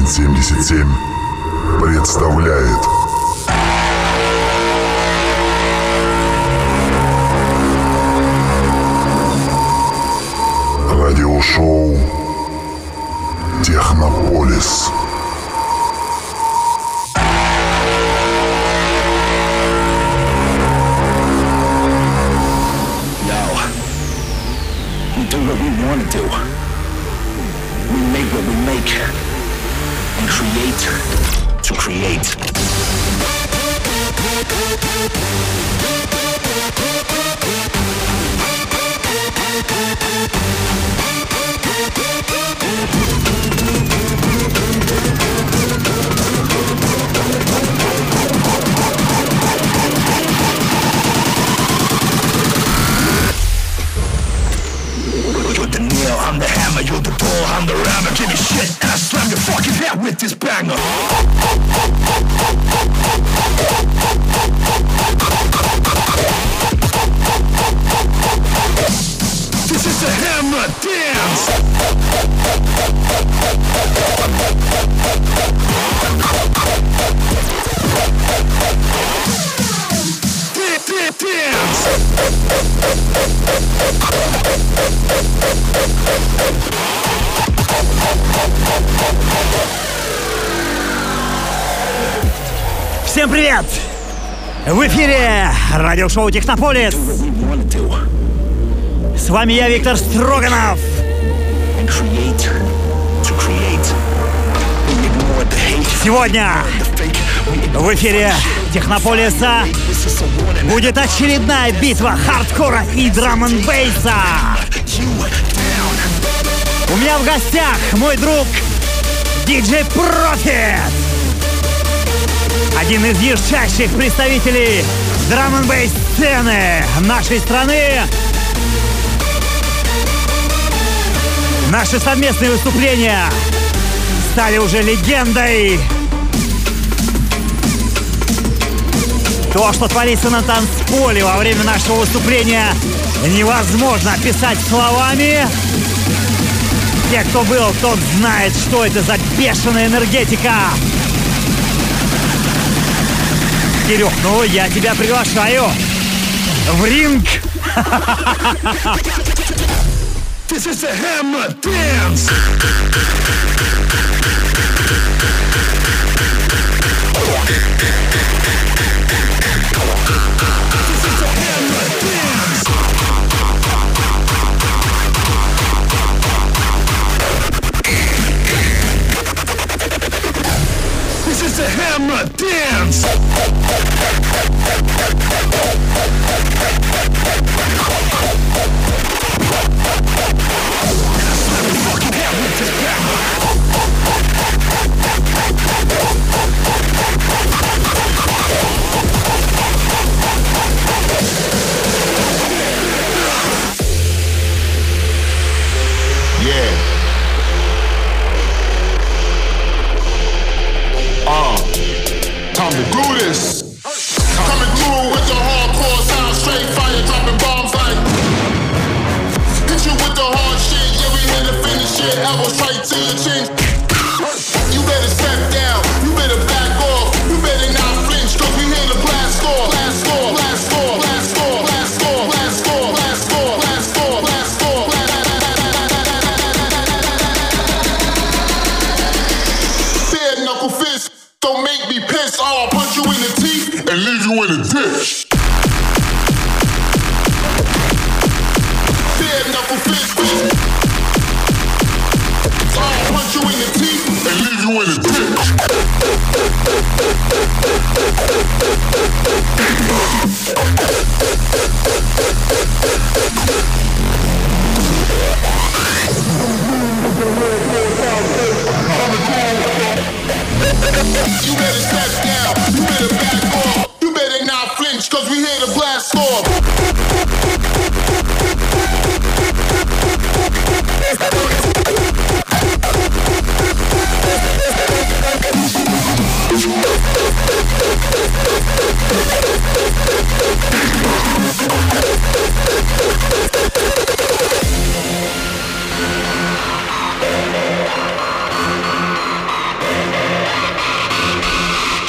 77 представляет радиошоу «Технополис». Do what we want to do. We make what we make and create to create. I'm the hammer, you're the door, I'm the rammer. Give me shit and I slam your fucking head with this banger. This is the hammer dance. Всем привет! В эфире радиошоу «Технополис». С вами я, Виктор Строганов. Сегодня в эфире «Технополиса» будет очередная битва хардкора и драм-н-бейса. У меня в гостях мой друг DJ Profit, один из ярчайших представителей драм-н-бейс сцены нашей страны. Наши совместные выступления стали уже легендой. То, что творится на танцполе во время нашего выступления, невозможно описать словами. Те, кто был, тот знает, что это за бешеная энергетика. Кирюх, ну я тебя приглашаю в ринг. This is a hammer dance. This is a hammer dance. Time to do this. Coming through with the hardcore sound, straight fire, dropping bombs like. Hit you with the hard shit, yeah, we here to finish it. Elbows right to your chin. You better step down, you better back off, you better not flinch, cause we here to blast off. Blast off, blast off, blast off, blast off, blast off, blast off, blast off, blast off. Bare knuckle fist, don't make me piss. I'll punch you in the teeth and leave you in a ditch. Bare knuckle fist, I'll punch you in the teeth and leave you in a ditch. You better step down, you better back off, you better not flinch, cause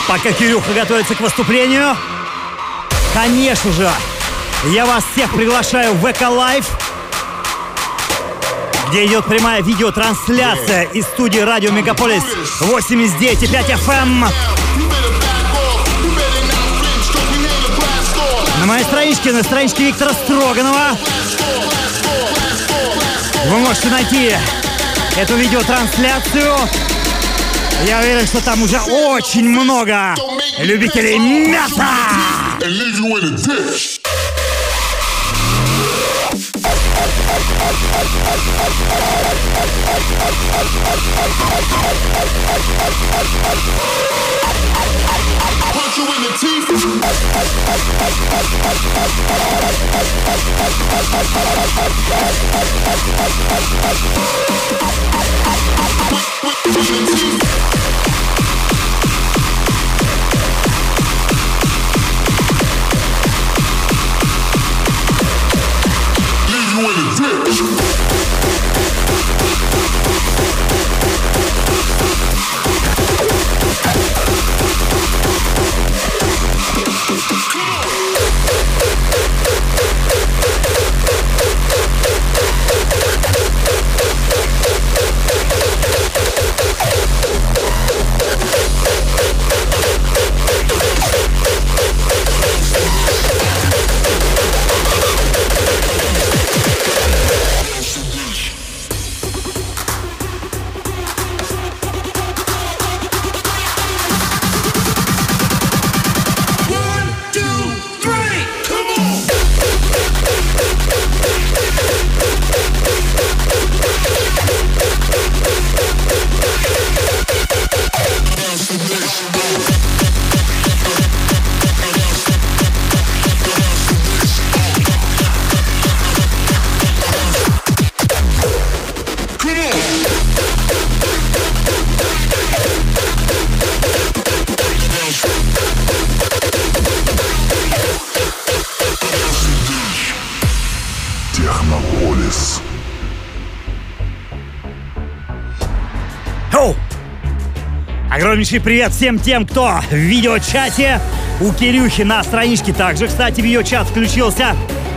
Пока Кирюха готовится к выступлению, конечно же, я вас всех приглашаю в ВК Лайв, где идет прямая видеотрансляция из студии радио Мегаполис 89,5 FM. На моей страничке, на страничке Виктора Строганова, вы можете найти эту видеотрансляцию. Я уверен, что там уже очень много любителей мяса. Punch you in the teeth. Leave you in the ditch. Технополис. Огромнейший привет всем тем, кто в видеочате. У Кирюхи на страничке также, кстати, видеочат включился.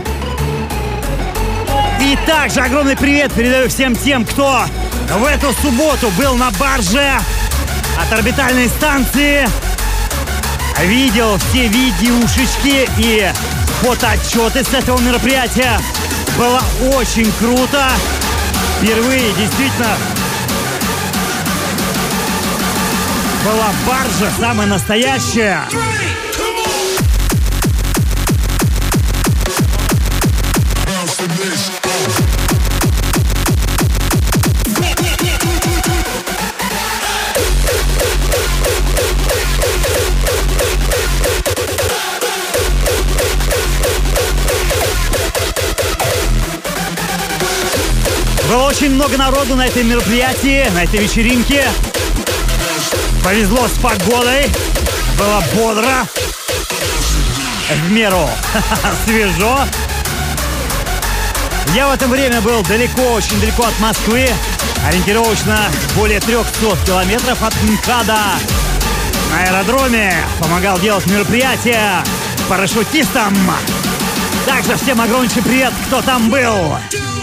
И также огромный привет передаю всем тем, кто в эту субботу был на барже от орбитальной станции. Видел все видеушечки и фотоотчеты с этого мероприятия. Было очень круто. Впервые действительно была баржа самая настоящая. Было очень много народу на этом мероприятии, на этой вечеринке. Повезло с погодой, было бодро, в меру свежо. Я в это время был далеко, очень далеко от Москвы, ориентировочно более 300 километров от МКАДа. На аэродроме помогал делать мероприятие парашютистам. Также всем огромнейший привет, кто там был.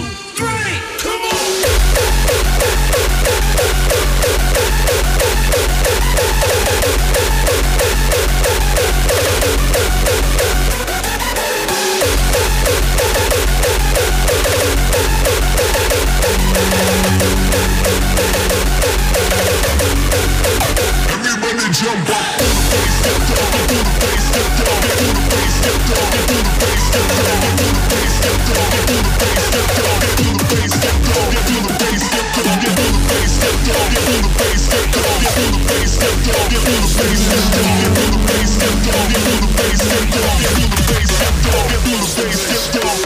Jump up, do the face, step dog, do the face, step dog, do the face, step dog, do the face, step dog, do the face, step dog, do the face, step dog, do the face, step dog, do the face, step dog, do the face, step dog, do the face, step dog, do the face, step dog, do the face, step dog, do the face, step dog, do the face, step dog, do the face, step dog, do the face, step dog.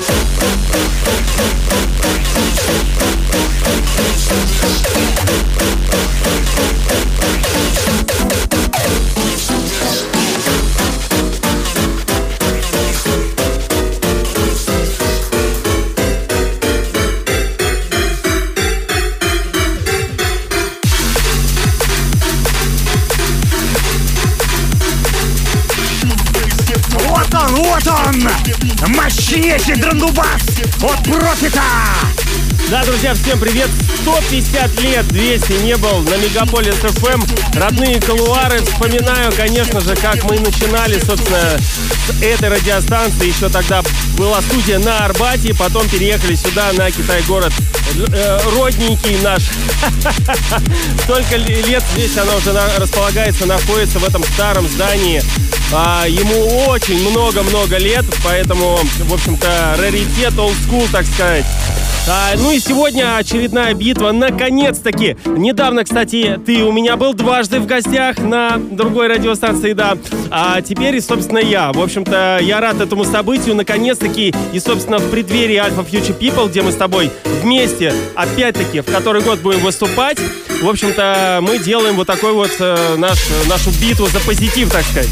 вот он! Мощнейший драндубас от Профита! Да, друзья, всем привет! 150 лет 200 не был на Мегаполис ФМ. Родные кулуары. Вспоминаю, конечно же, как мы начинали, собственно, с этой радиостанции. Еще тогда была студия на Арбате, потом переехали сюда, на Китай-город. Родненький наш. Столько лет здесь она уже располагается, находится в этом старом здании. Ему очень много-много лет, поэтому, в общем-то, раритет, old school, так сказать. Ну и сегодня очередная битва, наконец-таки. Недавно, кстати, ты у меня был дважды в гостях на другой радиостанции, да. А теперь, собственно, я. В общем-то, я рад этому событию, наконец-таки. И, собственно, в преддверии Alpha Future People, где мы с тобой вместе, опять-таки, в который год будем выступать. В общем-то, мы делаем вот такой вот нашу битву за позитив, так сказать.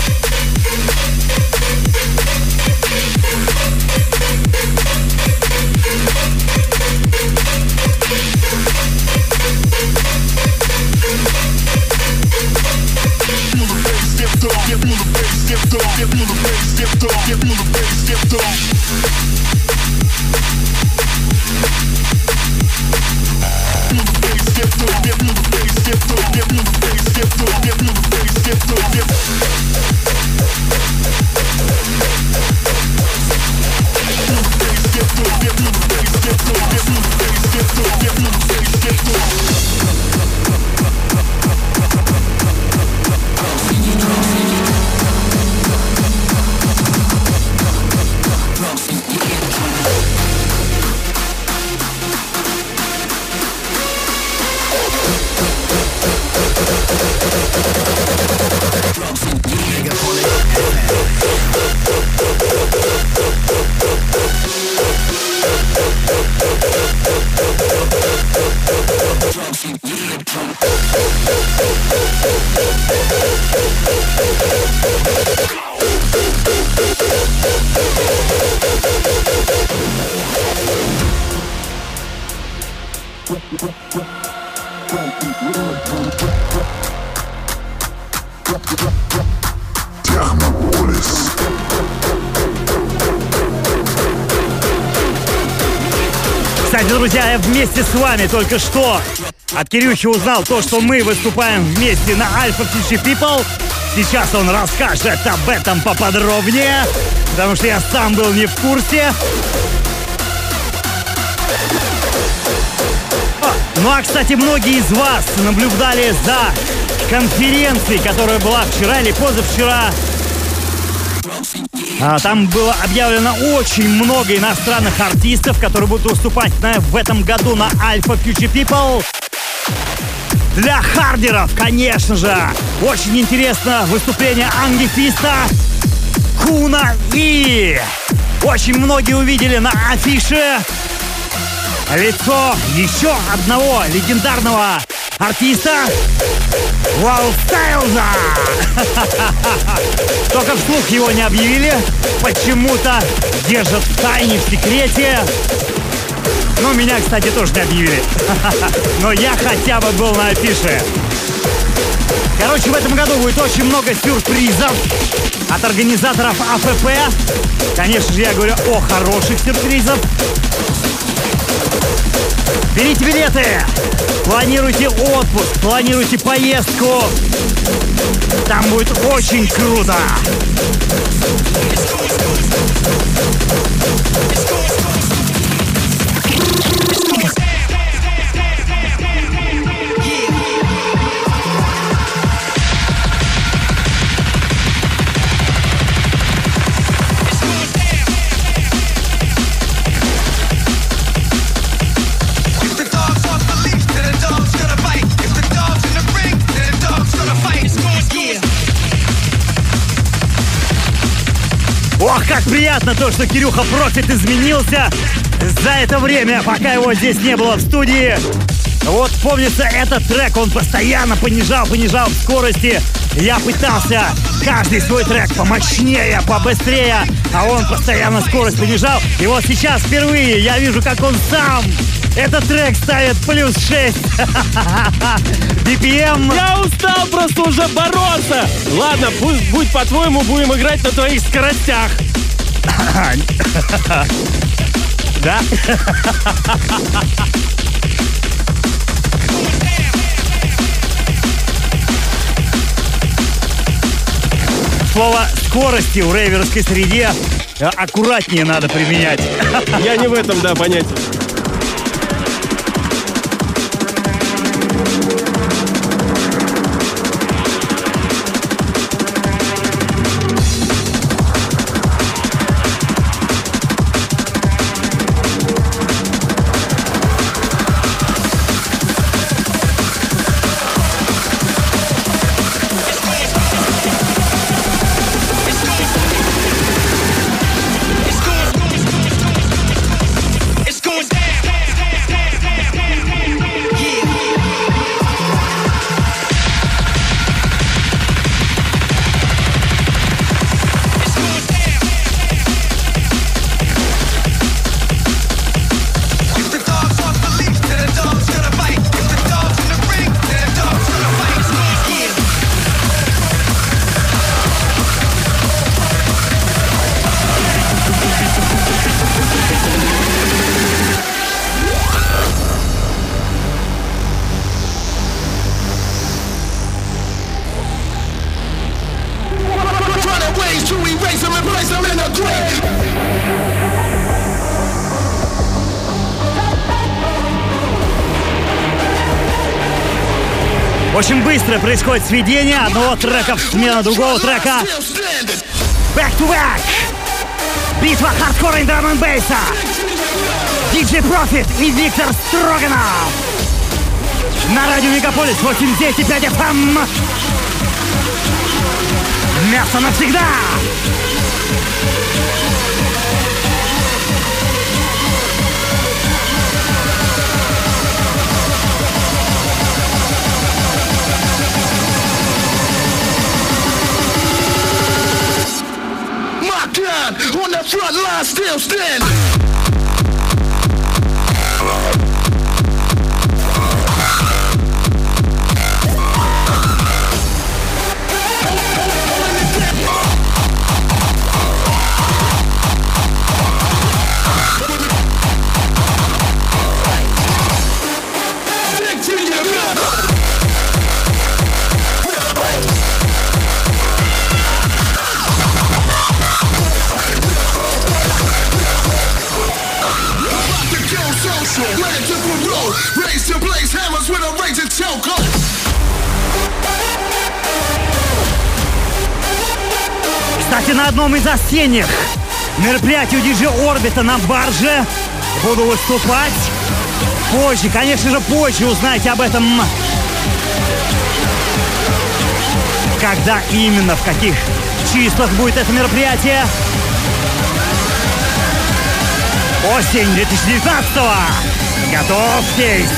Технополис. Кстати, друзья, я вместе с вами только что от Кирюхи узнал то, что мы выступаем вместе на Alpha Future People. Сейчас он расскажет об этом поподробнее, потому что я сам был не в курсе. Ну а, кстати, многие из вас наблюдали за конференцией, которая была вчера или позавчера. Там было объявлено очень много иностранных артистов, которые будут выступать в этом году на Alpha Future People. Для хардеров, конечно же, очень интересно выступление Ангефиста, Куна и очень многие увидели на афише лицо еще одного легендарного артиста Wildstyleza. Только вслух его не объявили, почему-то держат в тайне, в секрете. Ну, меня, кстати, тоже не объявили. Но я хотя бы был на афише. Короче, в этом году будет очень много сюрпризов от организаторов АФП. Конечно же, я говорю о хороших сюрпризах. Берите билеты, планируйте отпуск, планируйте поездку. Там будет очень круто. Ох, как приятно то, что Кирюха Профит изменился за это время, пока его здесь не было в студии. Вот помнится, этот трек он постоянно понижал в скорости. Я пытался каждый свой трек помощнее, побыстрее, а он постоянно скорость понижал. И вот сейчас впервые я вижу, как он сам этот трек ставит плюс 6 BPM. Я устал просто уже бороться. Ладно, пусть будь по-твоему, будем играть на твоих скоростях. Да? Слово «скорости» в рейверской среде аккуратнее надо применять. Я не в этом, да, понятие. Очень быстро происходит сведение одного трека в смену другого трека. Back to back. Битва хардкора и драм-н-бейса. DJ Profit и Виктор Строганов. На радио Мегаполис 89.5 FM. Мясо навсегда. On the front line, still standing. Кстати, на одном из осенних мероприятий у DJ Орбита на барже буду выступать. Позже, конечно же, позже узнаете об этом. Когда именно, в каких числах будет это мероприятие? Осень 2019-го. Готовьтесь!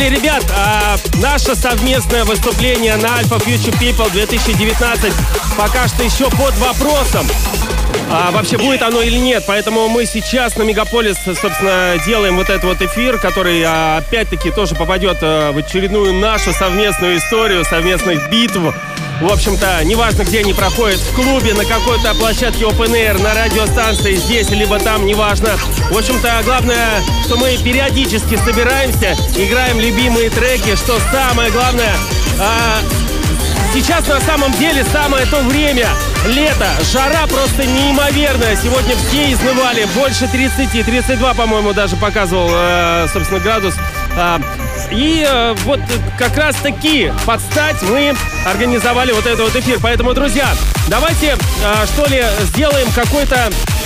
деле, ребят, наше совместное выступление на Alpha Future People 2019 пока что еще под вопросом. Вообще будет оно или нет. Поэтому мы сейчас на Мегаполис, собственно, делаем вот этот вот эфир, который, опять-таки, тоже попадет в очередную нашу совместную историю, совместных битв. В общем-то, неважно, где они проходят, в клубе, на какой-то площадке Open Air, на радиостанции, здесь, либо там, неважно. В общем-то, главное, что мы периодически собираемся, играем любимые треки, что самое главное... Сейчас на самом деле самое то время. Лето, жара просто неимоверная. Сегодня все изнывали. Больше 30, 32, по-моему, даже показывал, собственно, градус. И вот как раз таки под стать мы организовали вот этот вот эфир. Поэтому, друзья, давайте, что ли, сделаем какой-то...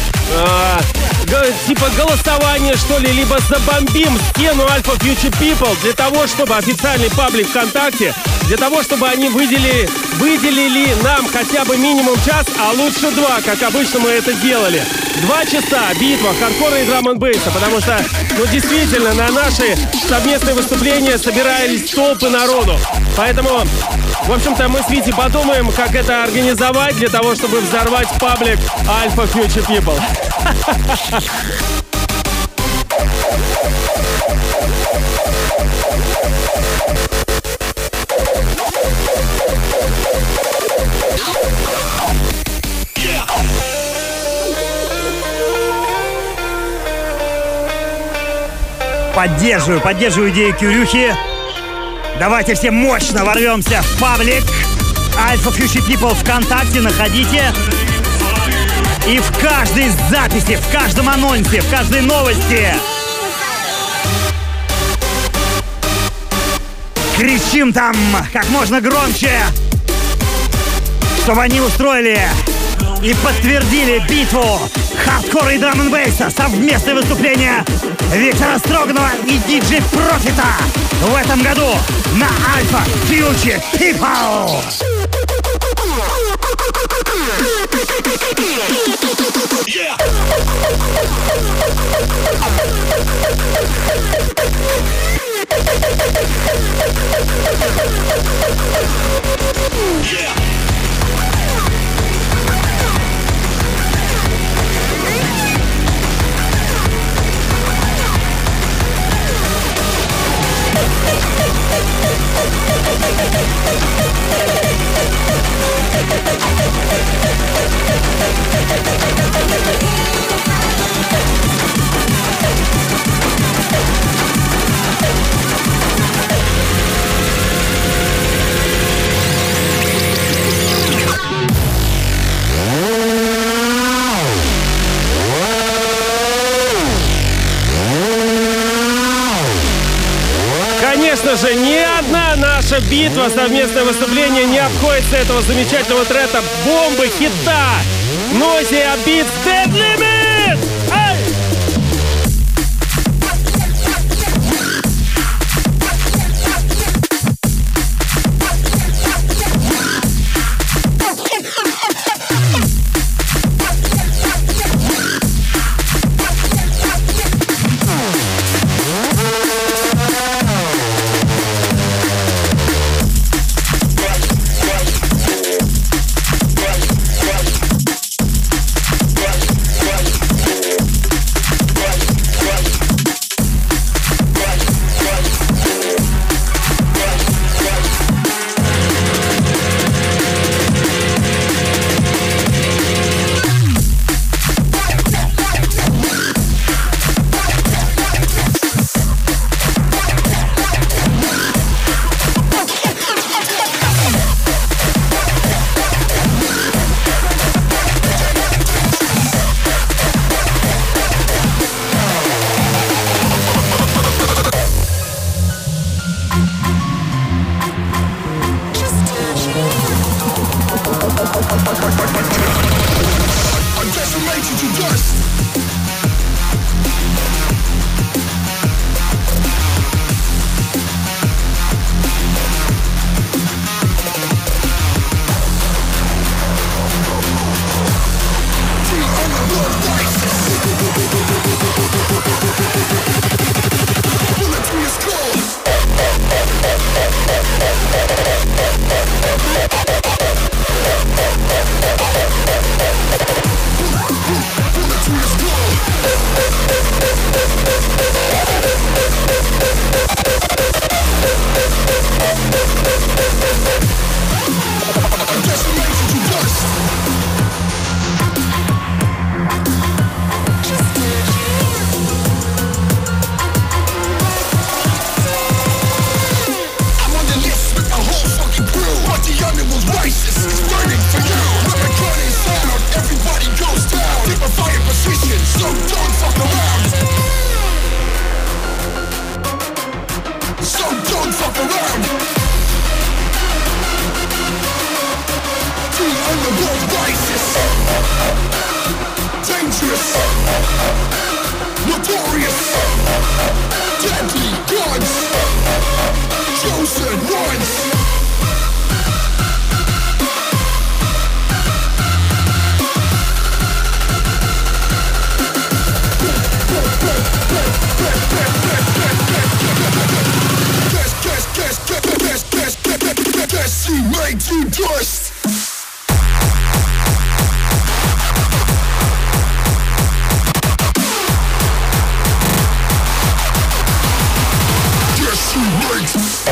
типа голосование, что ли, либо забомбим стену Alpha Future People для того, чтобы официальный паблик ВКонтакте, для того, чтобы они выделили нам хотя бы минимум час, а лучше 2, как обычно мы это делали. 2 часа битва хардкора и драм-н-бейса, потому что, ну, действительно, на наши совместные выступления собирались толпы народу. Поэтому, в общем-то, мы с Витей подумаем, как это организовать для того, чтобы взорвать паблик Alpha Future People. Поддерживаю идею Кирюхи. Давайте все мощно ворвемся в паблик Alpha Future People ВКонтакте, находите. И в каждой записи, в каждом анонсе, в каждой новости кричим там как можно громче, чтобы они устроили и подтвердили битву хардкора и драм-н-бейса. Совместное выступление Виктора Строганова и диджей Профита в этом году на Alpha Future People. Yeah. Конечно же, ни одна наша битва, совместное выступление не обходится этого замечательного трека бомбы, хита Noisia Beats Dead Limit! Ай! righteous, burning for you. Let the gunning sound, everybody goes down. Take a fire position, so don't fuck around. So don't fuck around. The underworld rises. Dangerous. Notorious. Deadly gods. Chosen ones. Guess who made you dust? Guess who made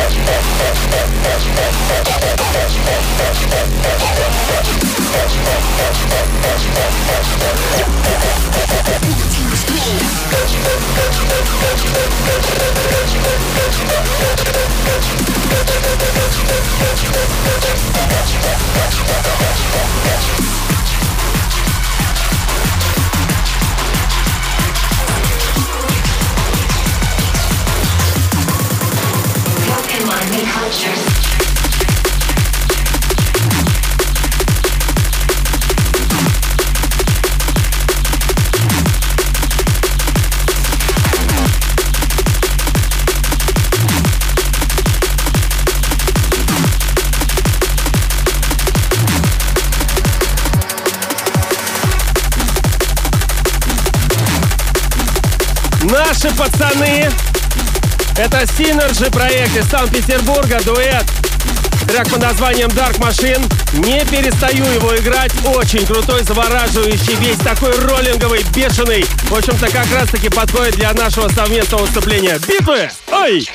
Наши пацаны, это Synergy проект из Санкт-Петербурга, дуэт. Трек под названием Dark Machine. Не перестаю его играть. Очень крутой, завораживающий, весь такой роллинговый, бешеный. В общем-то, как раз-таки подходит для нашего совместного выступления. Битвы! Ой!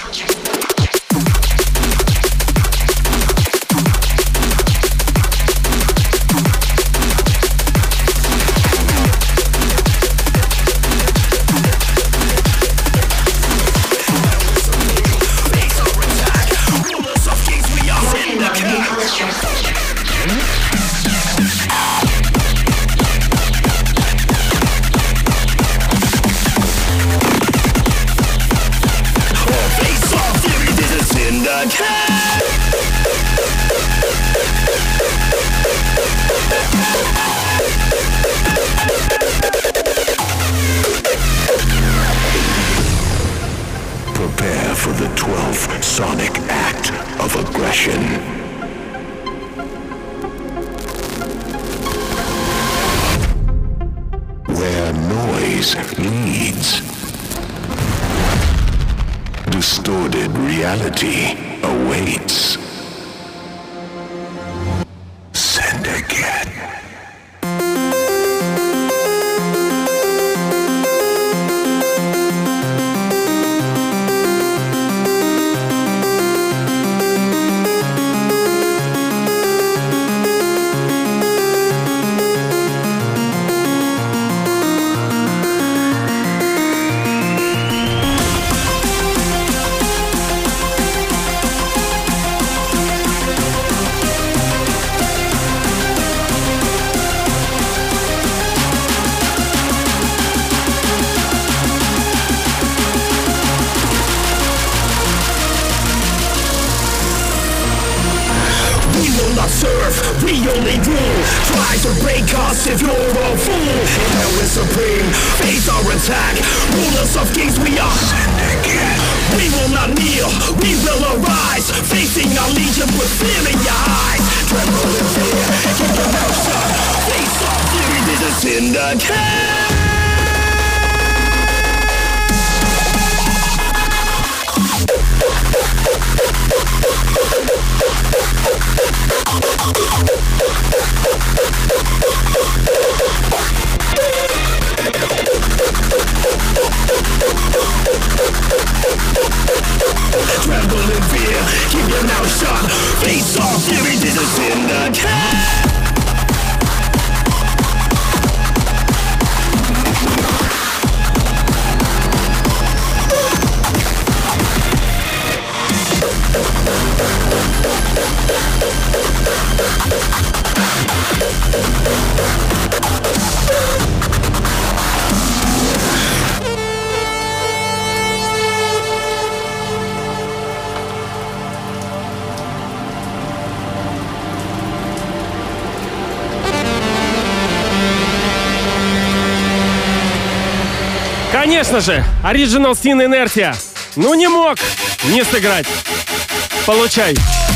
Prepare for the 12th sonic act of aggression. Where noise leads, distorted reality awaits. Syndicate. We only rule. Try to break us if you're a fool. Hell is supreme. Face our attack. Rulers of kings, we are Syndicate. We will not kneel. We will arise. Facing our legion with fear in your eyes. Tremble in fear. Keep your mouth shut. Face off fury. This is Syndicate. Tremble in fear, keep your mouth shut. Face off fury, this is Syndicate. Конечно же, Original Sin Inertia. Ну не мог не сыграть. Получай.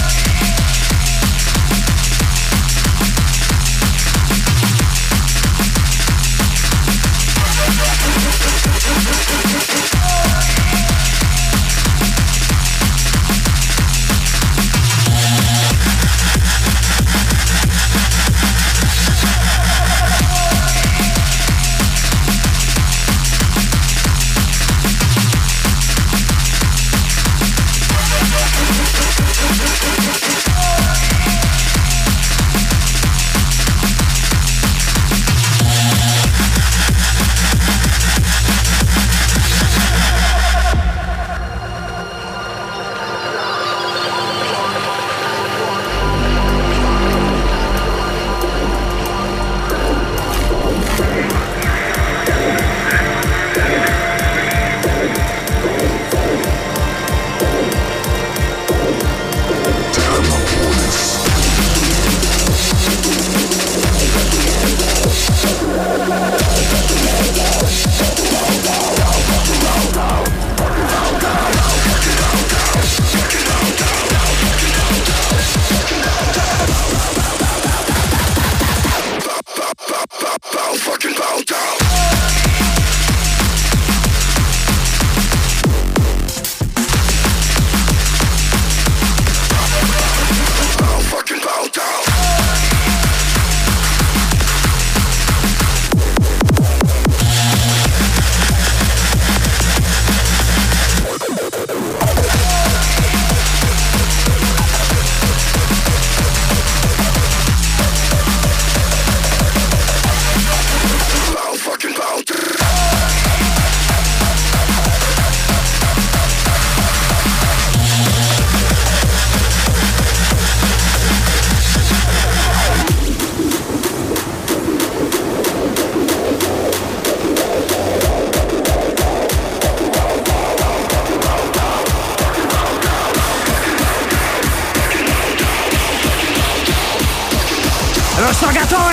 Ну что, готовы?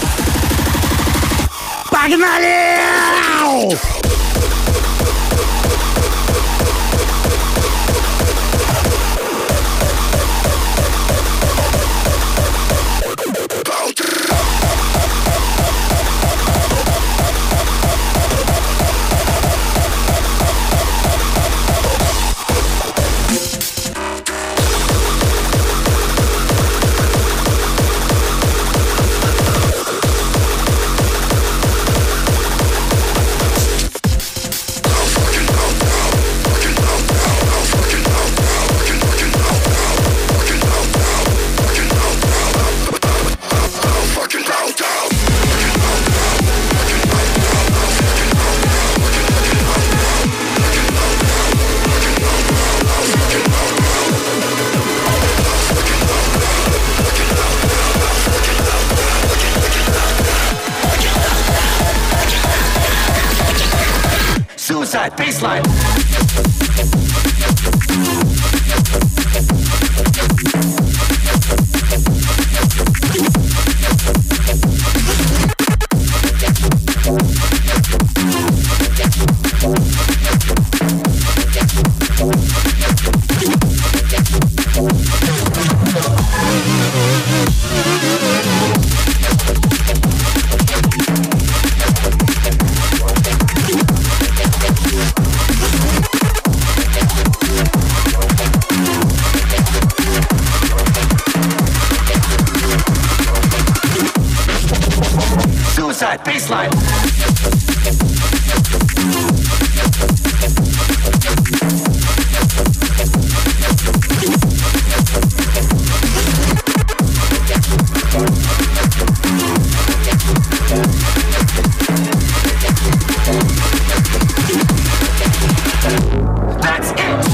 Погнали! Suicide baseline. Suicide baseline. That's it.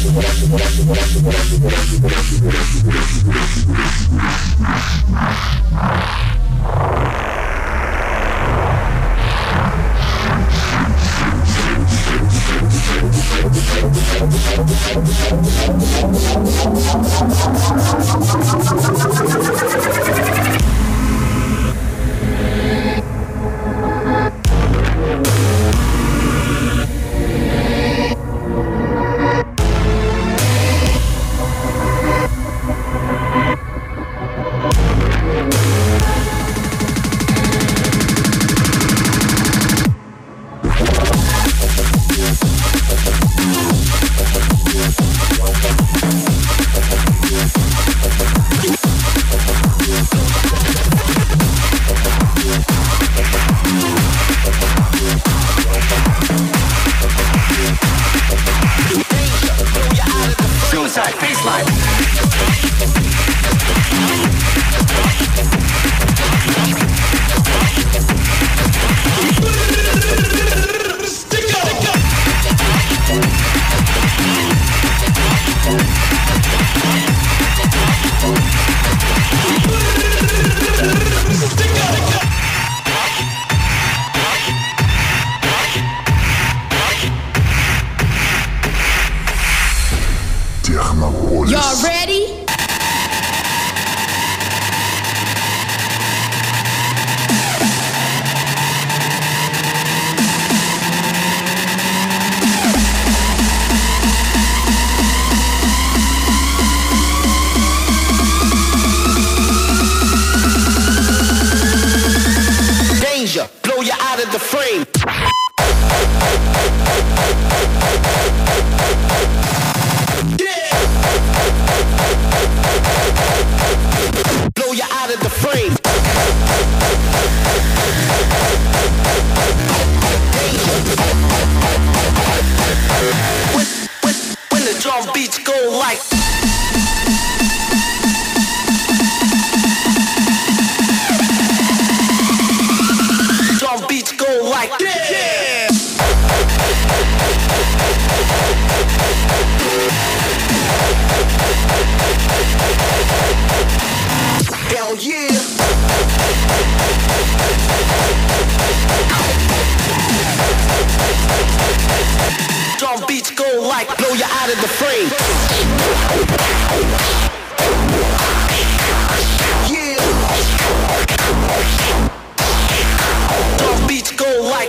Y'all ready? Danger, blow you out of the frame. Blow you out of the frame. When the drum beats go like. Drum beats go like. Yeah. Hell yeah. Drum beats go like blow you out of the frame. Yeah. Drum beats go like.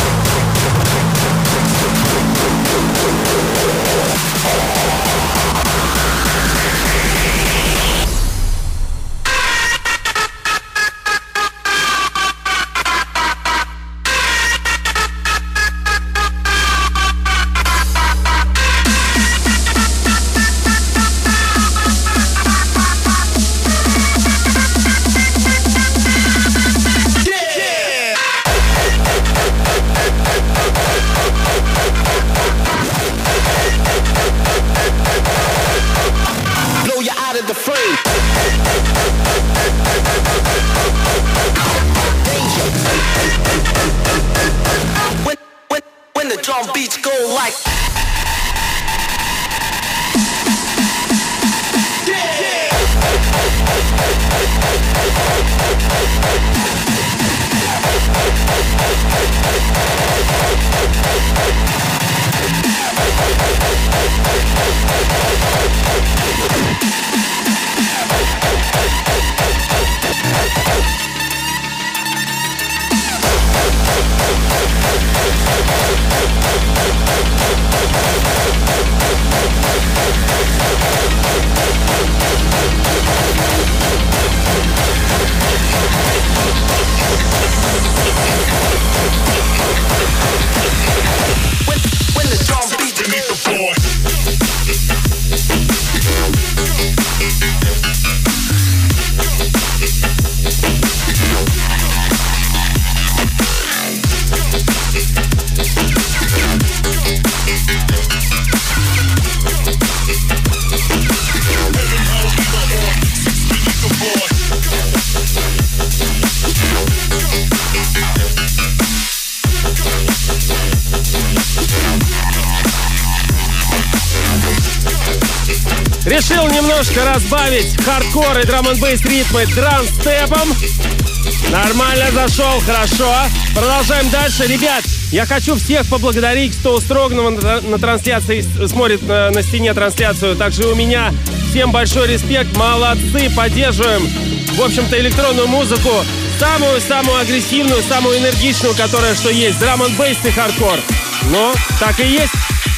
When the drum beats go like. When the drum beats beneath the floor. Решил немножко разбавить хардкор и драм-н-бейс ритмы драм-степом. Нормально зашел, хорошо. Продолжаем дальше. Ребят, я хочу всех поблагодарить, кто у Строганова на трансляции смотрит на стене трансляцию. Также у меня всем большой респект. Молодцы, поддерживаем, в общем-то, электронную музыку. Самую-самую агрессивную, самую энергичную, которая что есть. Драм-н-бейс и хардкор. Ну, так и есть.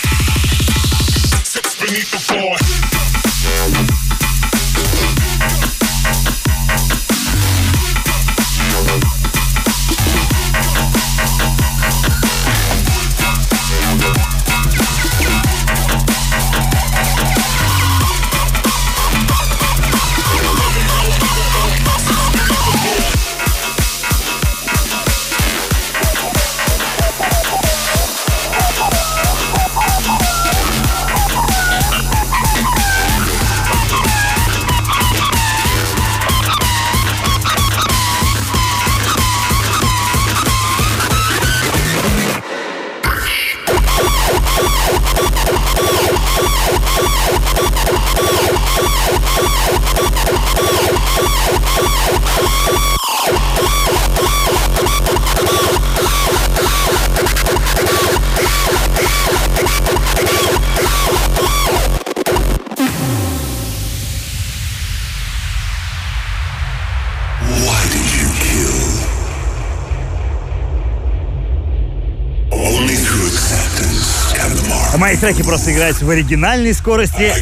Мои треки просто играются в оригинальной скорости.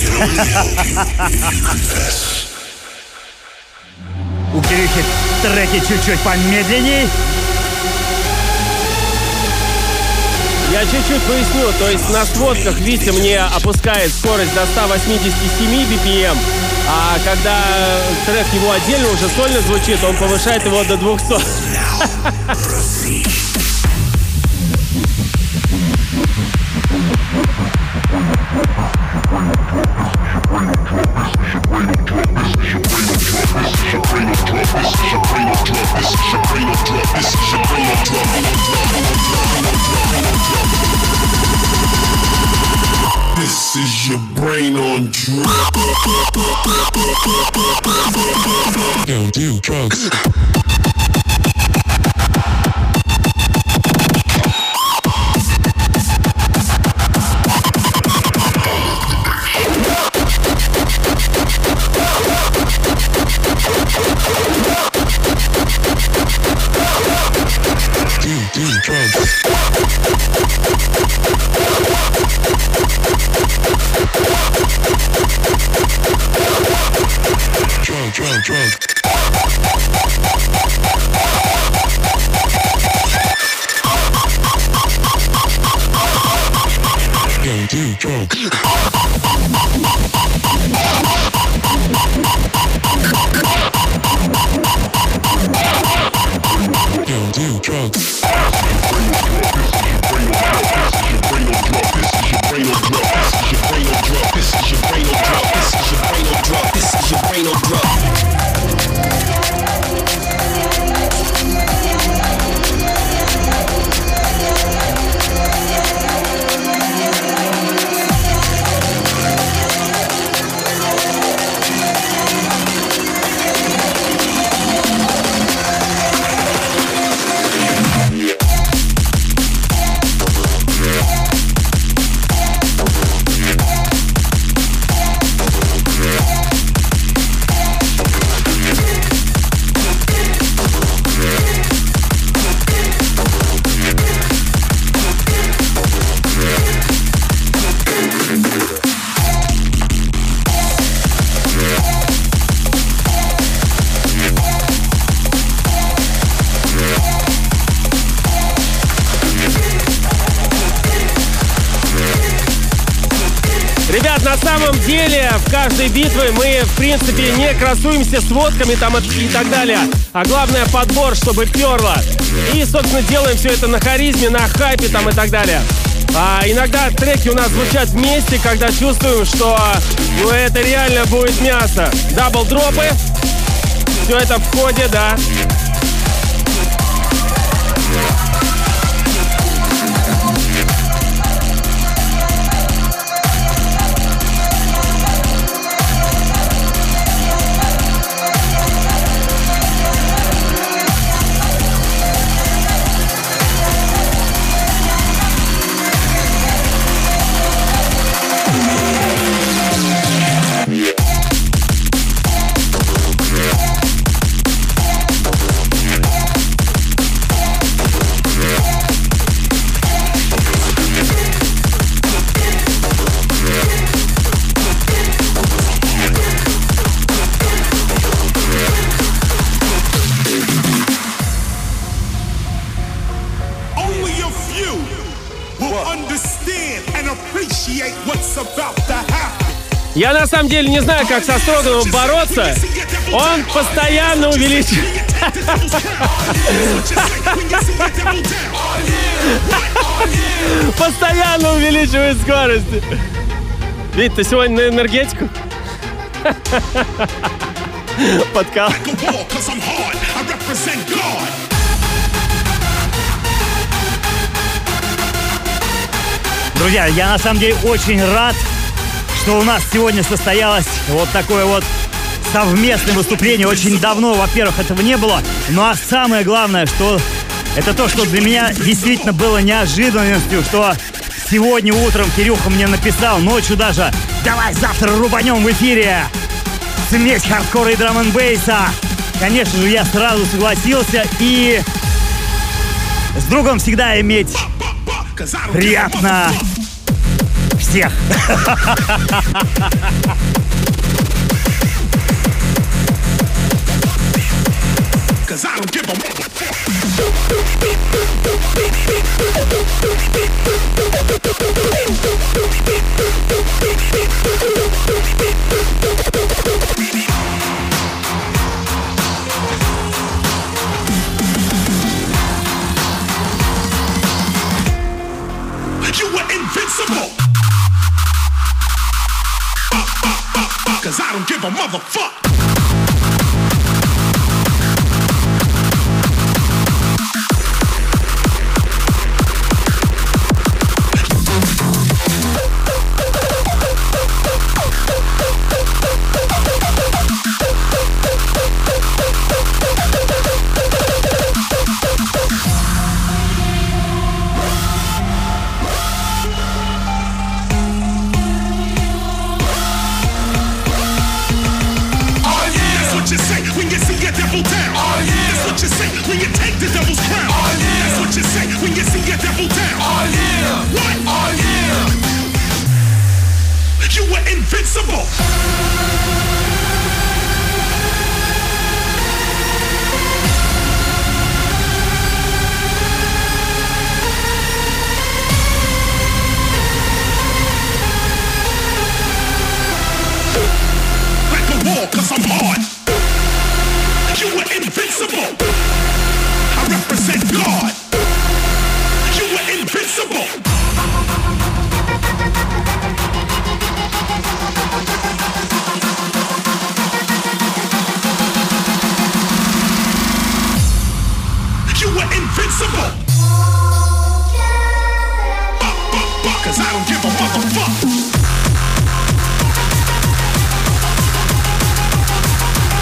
У Кирюхи треки чуть-чуть помедленней. Я чуть-чуть поясню, то есть на сводках Витя мне опускает скорость до 187 BPM, а когда трек его отдельно уже сольно звучит, он повышает его до 200. This is your brain on drugs. Don't do drugs. На самом деле, в каждой битве мы, в принципе, не красуемся сводками там и так далее. А главное, подбор, чтобы перло. И, собственно, делаем все это на харизме, на хайпе там и так далее. А иногда треки у нас звучат вместе, когда чувствуем, что ну, это реально будет мясо. Дабл-дропы. Все это в ходе, да. Я на самом деле не знаю, как со Строгановым бороться. Он постоянно увеличивает. Постоянно увеличивает скорость. Вить, ты сегодня на энергетику? Подкал. Друзья, я на самом деле очень рад, что у нас сегодня состоялось вот такое вот совместное выступление. Очень давно, во-первых, этого не было. Ну а самое главное, что это то, что для меня действительно было неожиданностью, что сегодня утром Кирюха мне написал, ночью даже: давай завтра рубанем в эфире смесь хардкора и драм-н-бейса. Конечно же, я сразу согласился, и с другом всегда иметь приятно всех. You were invincible. 'Cause I don't give a motherfucker. Invincible. Like a wall, 'cause I'm hard. You were invincible. I represent God. You were invincible. Invincible. 'Cause I don't give a motherfucker.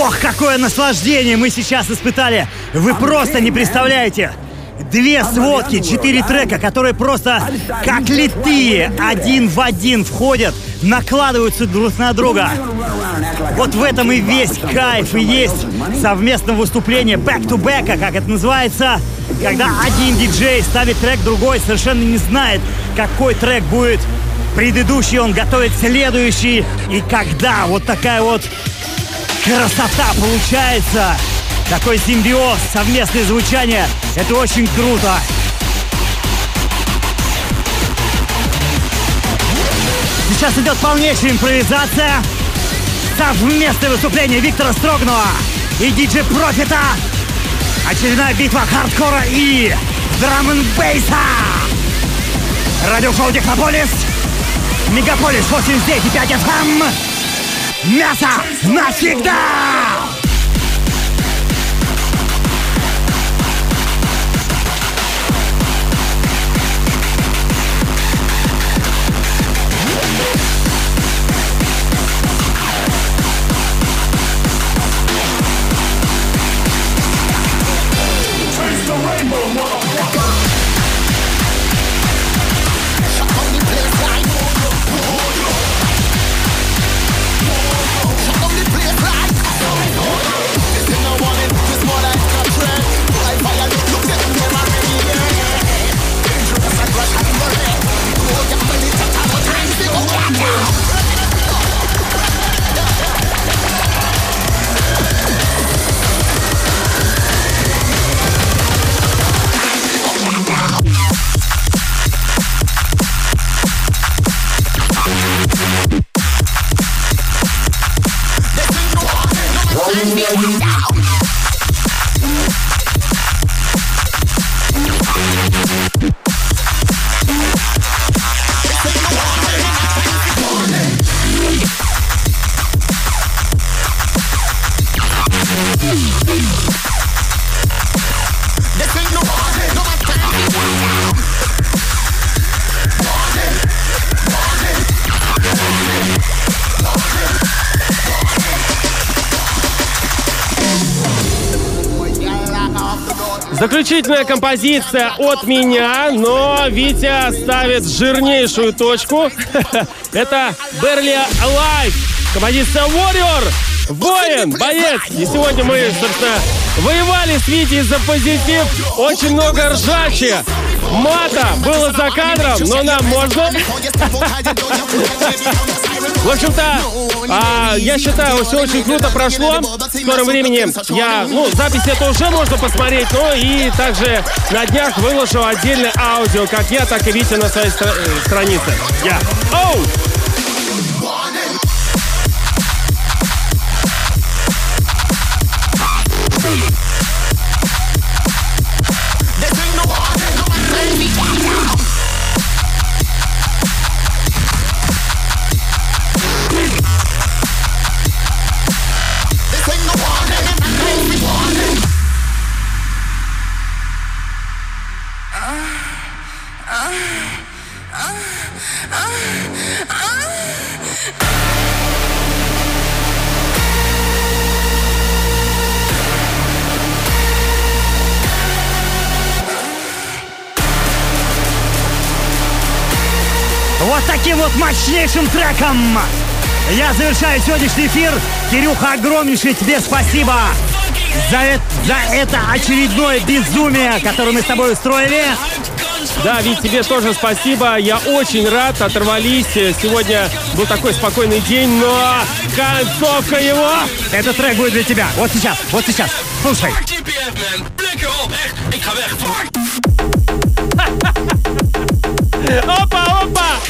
Ох, какое наслаждение мы сейчас испытали! Вы просто не представляете! 2 сводки, 4 трека, которые просто как литые, один в один входят, накладываются друг на друга. Вот в этом и весь кайф, и есть совместное выступление back-to-back, как это называется, когда один диджей ставит трек, другой совершенно не знает, какой трек будет предыдущий, он готовит следующий, и когда вот такая вот красота получается, такой симбиоз, совместное звучание, это очень круто. Сейчас идет полнейшая импровизация, совместное выступление Виктора Строганова и диджей Профита. Очередная битва хардкора и драм-н-бейса. Радиошоу Технополис, Мегаполис 89,5 FM. Мясо навсегда! Заключительная композиция от меня, но Витя ставит жирнейшую точку. Это Barely Alive. Композиция Warrior. Воин, боец. И сегодня мы, собственно, воевали с Витей за позитив. Очень много ржачи. Мата было за кадром, но нам можно. В общем-то, я считаю, все очень круто прошло. В скором времени запись это уже можно посмотреть, но и также на днях выложу отдельное аудио, как я, так и Витя на своей странице. Оу! Вот таким вот мощнейшим треком я завершаю сегодняшний эфир. Кирюха, огромнейшее тебе спасибо за это очередное безумие, которое мы с тобой устроили. Да, Вить, тебе тоже спасибо. Я очень рад, оторвались. Сегодня был такой спокойный день, но концовка его... Этот трек будет для тебя. Вот сейчас, слушай. Опа!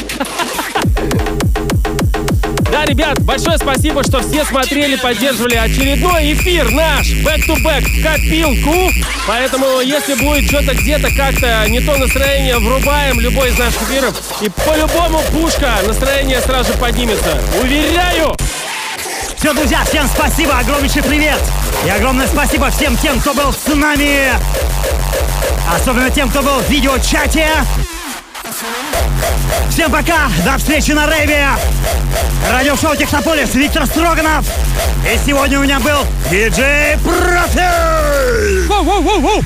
Да, ребят, большое спасибо, что все смотрели, поддерживали очередной эфир наш back-to-back в копилку. Поэтому, если будет что-то где-то как-то не то настроение, врубаем любой из наших эфиров. И по-любому пушка, настроение сразу же поднимется. Уверяю! Все, друзья, всем спасибо, огромнейший привет. И огромное спасибо всем тем, кто был с нами. Особенно тем, кто был в видеочате. Всем пока, до встречи на рейве. Радиошоу Технополис, Виктор Строганов. И сегодня у меня был диджей Профи. Воу-воу-воу-воу.